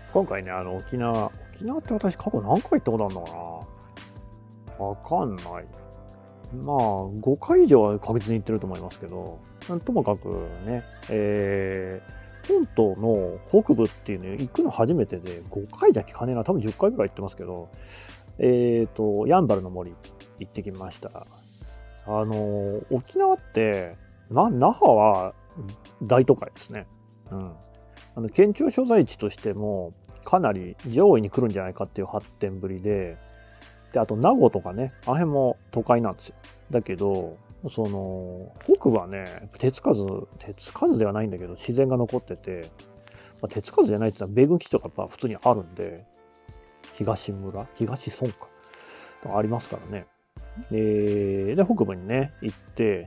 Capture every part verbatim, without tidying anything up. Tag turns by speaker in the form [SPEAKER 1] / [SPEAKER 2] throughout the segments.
[SPEAKER 1] 今回ね、あの、沖縄、沖縄って私過去何回行ったことあるのかな、わかんない。まあ、ごかい以上は確実に行ってると思いますけど、ともかくね、えー、本島の北部っていうの行くの初めてで、ごかいじゃ聞かねえな、多分じゅっかいぐらい行ってますけど、えーと、やんばるの森行ってきました。あの、沖縄って、な、那覇は大都会ですね。うん。あの、県庁所在地としても、かなり上位に来るんじゃないかっていう発展ぶりで、で、あと名護とかね、あの辺も都会なんですよ。だけど、その、北部はね、手つかず、手つかずではないんだけど、自然が残ってて、まあ、手つかずじゃないって言ったら、米軍基地とかやっぱ普通にあるんで、東村東村か。とかありますからね。で、で、北部にね、行って、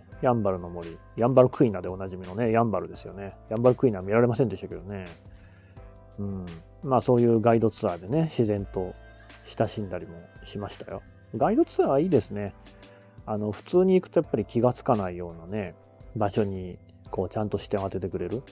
[SPEAKER 1] やんばるの森、やんばるクイナでおなじみのね、やんばるですよね。やんばるクイナ見られませんでしたけどね。うん。まあそういうガイドツアーでね、自然と親しんだりもしましたよ。ガイドツアーいいですね。あの、普通に行くとやっぱり気がつかないようなね、場所に、こう、ちゃんと視点を当ててくれる。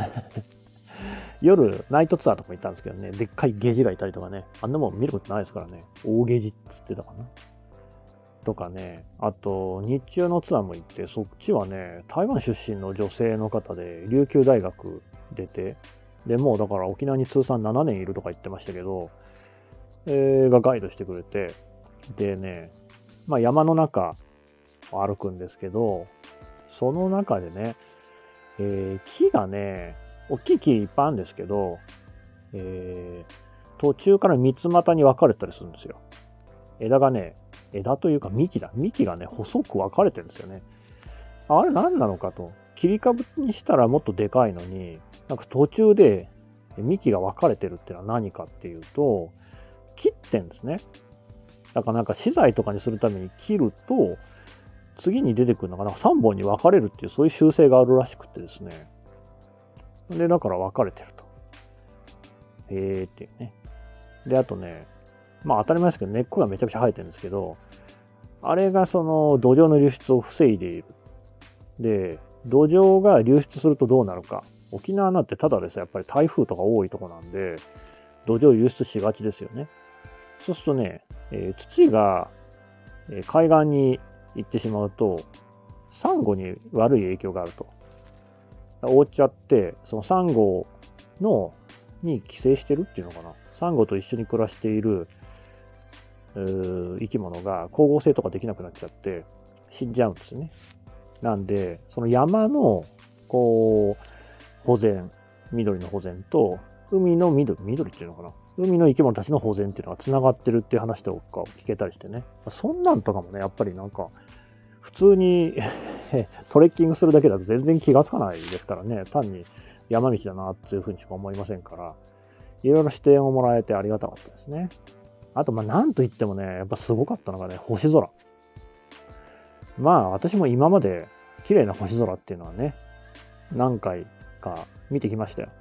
[SPEAKER 1] 夜、ナイトツアーとか行ったんですけどね、でっかいゲジがいたりとかね、あんなもん見ることないですからね、大ゲジって言ってたかな。とかね、あと、日中のツアーも行って、そっちはね、台湾出身の女性の方で、琉球大学出て、で、もうだから沖縄に通算ななねんいるとか言ってましたけど、えー、がガイドしてくれて、でね、まあ山の中を歩くんですけど、その中でね、えー、木がね、大きい木いっぱいあるんですけど、えー、途中から三つ股に分かれたりするんですよ。枝がね、枝というか幹だ。幹がね、細く分かれてるんですよね。あれ何なのかと。切り株にしたらもっとでかいのに、なんか途中で幹が分かれてるっていうのは何かっていうと、切ってんですね。だからなんか資材とかにするために切ると、次に出てくるのがなんかさんぼんに分かれるっていうそういう習性があるらしくてですね。で、だから分かれてると。へーっていうね。で、あとね、まあ当たり前ですけど根っこがめちゃくちゃ生えてるんですけど、あれがその土壌の流出を防いでいる。で、土壌が流出するとどうなるか。沖縄なんてただでさ、やっぱり台風とか多いとこなんで、土壌流出しがちですよね。そうするとね、えー土が、えー海岸に行ってしまうと、サンゴに悪い影響があると。覆っちゃって、そのサンゴの、に寄生してるっていうのかな。サンゴと一緒に暮らしている、生き物が光合成とかできなくなっちゃって死んじゃうんですね。なんで、その山の、こう、保全、緑の保全と、海の緑、緑っていうのかな。海の生き物たちの保全っていうのが繋がってるっていう話とかを聞けたりしてね。そんなんとかもね、やっぱりなんか、普通にトレッキングするだけだと全然気がつかないですからね。単に山道だなっていうふうにしか思いませんから、いろいろ視点をもらえてありがたかったですね。あと、まあ、なんと言ってもね、やっぱすごかったのがね、星空。まあ、私も今まで綺麗な星空っていうのはね、何回か見てきましたよ。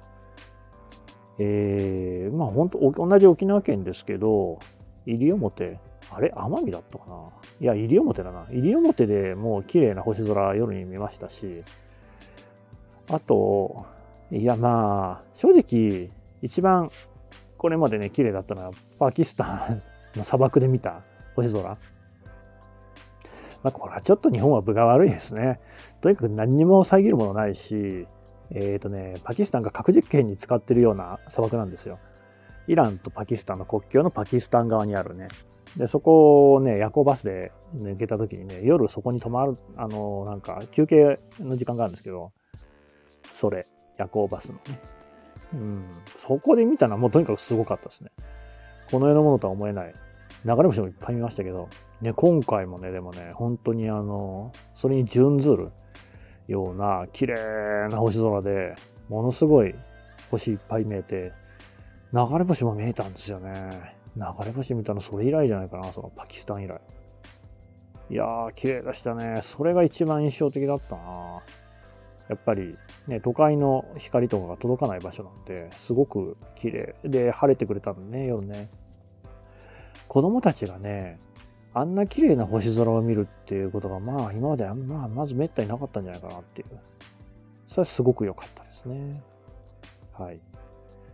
[SPEAKER 1] えー、まあ本当、同じ沖縄県ですけど、西表、あれ奄美だったかな。いや、西表だな。西表でもう綺麗な星空夜に見ましたし、あと、いやまあ、正直、一番これまでね、綺麗だったのはパキスタンの砂漠で見た星空。まあ、これはちょっと日本は分が悪いですね。とにかく何にも遮るものないし、えっ、ー、とね、パキスタンが核実験に使ってるような砂漠なんですよ。イランとパキスタンの国境のパキスタン側にあるね。で、そこをね、夜行バスで抜けた時にね、夜そこに泊まる、あの、なんか休憩の時間があるんですけど、それ、夜行バスのね。うん、そこで見たのはもうとにかくすごかったですね。この世のものとは思えない。流れ星もいっぱい見ましたけど、ね、今回もね、でもね、本当にあの、それに準ずるような綺麗な星空で、ものすごい星いっぱい見えて、流れ星も見えたんですよね。流れ星見たのそれ以来じゃないかな、そのパキスタン以来。いやー、綺麗でしたね。それが一番印象的だったな。やっぱりね、都会の光とかが届かない場所なんで、すごく綺麗で晴れてくれたんでね、夜ね。子供たちがね、あんな綺麗な星空を見るっていうことが、まあ今までまあまず滅多になかったんじゃないかなっていう。それはすごく良かったですね。はい。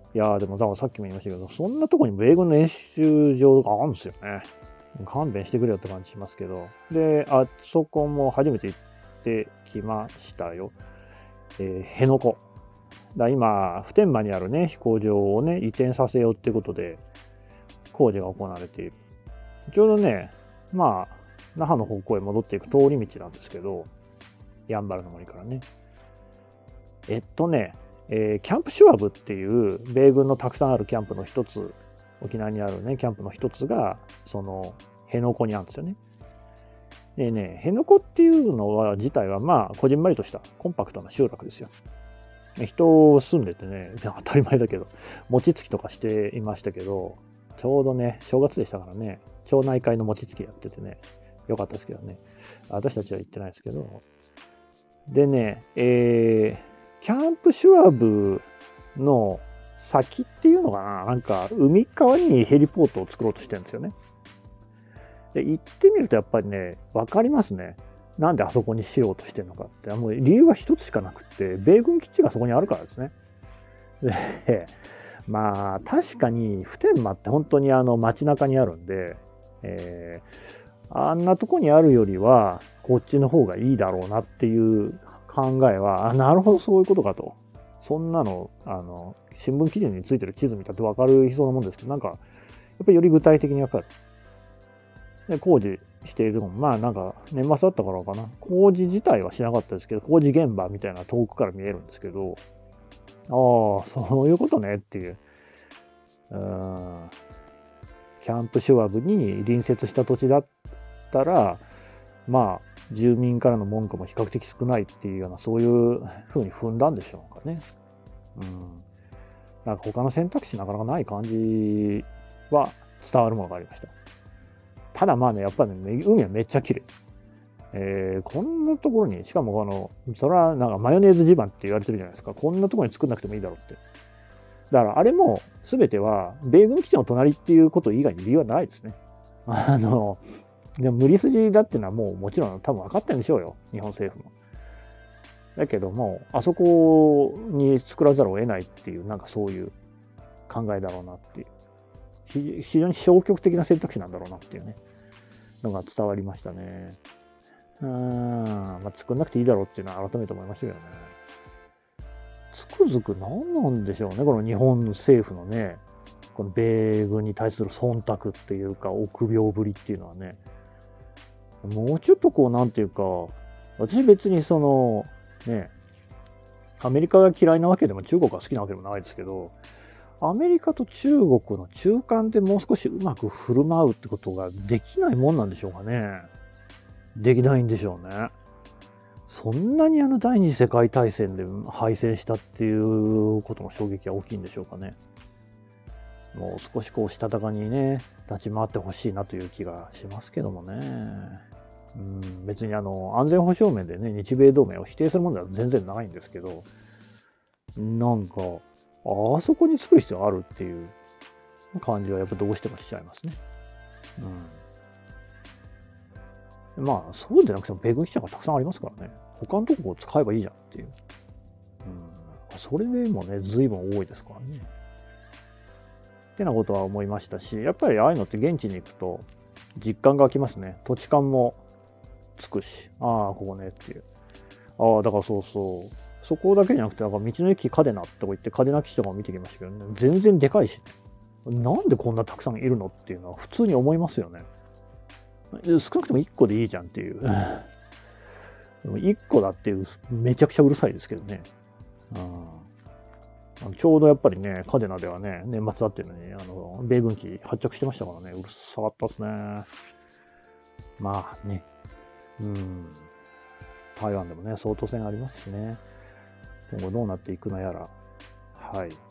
[SPEAKER 1] いやーでもだからさっきも言いましたけど、そんなとこに米軍の演習場があるんですよね。勘弁してくれよって感じしますけど。で、あそこも初めて行ってきましたよ。えー、辺野古。だ今、普天間にあるね、飛行場をね、移転させようってことで、工事が行われている。ちょうどね、まあ、那覇の方向へ戻っていく通り道なんですけど、やんばるの森からね。えっとね、えー、キャンプシュワブっていう米軍のたくさんあるキャンプの一つ、沖縄にあるね、キャンプの一つが、その、辺野古にあるんですよね。でね、辺野古っていうのは自体はまあ、こじんまりとしたコンパクトな集落ですよ。人住んでてね、当たり前だけど、餅つきとかしていましたけど、ちょうどね、正月でしたからね、町内会の餅つきやっててね、よかったですけどね。私たちは行ってないですけど。でね、えー、キャンプシュワブの先っていうのかな、なんか海側にヘリポートを作ろうとしてるんですよね。で、行ってみるとやっぱりね、わかりますね。なんであそこにしようとしてるのかって。もう理由は一つしかなくって、米軍基地がそこにあるからですね。で、まあ、確かに普天間って本当にあの街中にあるんで、えー、あんなとこにあるよりは、こっちの方がいいだろうなっていう考えは、あ、なるほどそういうことかと。そんなの、あの、新聞記事についてる地図見たってわかるそうなもんですけど、なんか、やっぱりより具体的にわかる。で、工事しているのも、まあなんか年末だったからかな。工事自体はしなかったですけど、工事現場みたいな遠くから見えるんですけど、ああ、そういうことねっていう。うーん。キャンプシュワブに隣接した土地だったら、まあ、住民からの文句も比較的少ないっていうような、そういう風に踏んだんでしょうかね。うん。なんか他の選択肢なかなかない感じは伝わるものがありました。ただまあね、やっぱりね、海はめっちゃ綺麗。えー、こんなところに、しかもこの、それはなんかマヨネーズ地盤って言われてるじゃないですか。こんなところに作んなくてもいいだろうって。だからあれも全ては米軍基地の隣っていうこと以外に理由はないですね。あの、でも無理筋だっていうのはもうもちろん多分分かってるんでしょうよ。日本政府も。だけども、あそこに作らざるを得ないっていう、なんかそういう考えだろうなっていう。非常に消極的な選択肢なんだろうなっていうね、のが伝わりましたね。うーん、まあ、作んなくていいだろうっていうのは改めて思いましたけどね。つくづく何なんでしょうね、この日本政府のね、この米軍に対する忖度っていうか、臆病ぶりっていうのはね、もうちょっとこう、なんていうか、私別にその、ね、アメリカが嫌いなわけでも中国が好きなわけでもないですけど、アメリカと中国の中間でもう少しうまく振る舞うってことができないもんなんでしょうかね。できないんでしょうね。そんなにあの第二次世界大戦で敗戦したっていうことの衝撃は大きいんでしょうかね。もう少しこうしたたかにね、立ち回ってほしいなという気がしますけどもね。うん、別にあの安全保障面でね、日米同盟を否定するものでは全然ないんですけど、なんか、あそこに作る必要あるっていう感じはやっぱどうしてもしちゃいますね。うん。まあ、そうじゃなくても米軍基地がたくさんありますからね。他のとこを使えばいいじゃんっていう。うん。それでもね、随分多いですからね。ってなことは思いましたし、やっぱりああいうのって現地に行くと実感が湧きますね。土地勘もつくし、ああ、ここねっていう。ああ、だからそうそう。そこだけじゃなくて、なんか道の駅カデナってこ行ってカデナ基地とかも見てきましたけどね、全然でかいし、ね、なんでこんなたくさんいるのっていうのは普通に思いますよね。少なくともいっこでいいじゃんっていう。でもいっこだっていう、めちゃくちゃうるさいですけどね。うん、ちょうどやっぱりね、カデナではね、年末だっていうのに、あの、米軍機発着してましたからね、うるさかったっすね。まあね、うん。台湾でもね、総統選ありますしね。今後どうなっていくのやら、はい。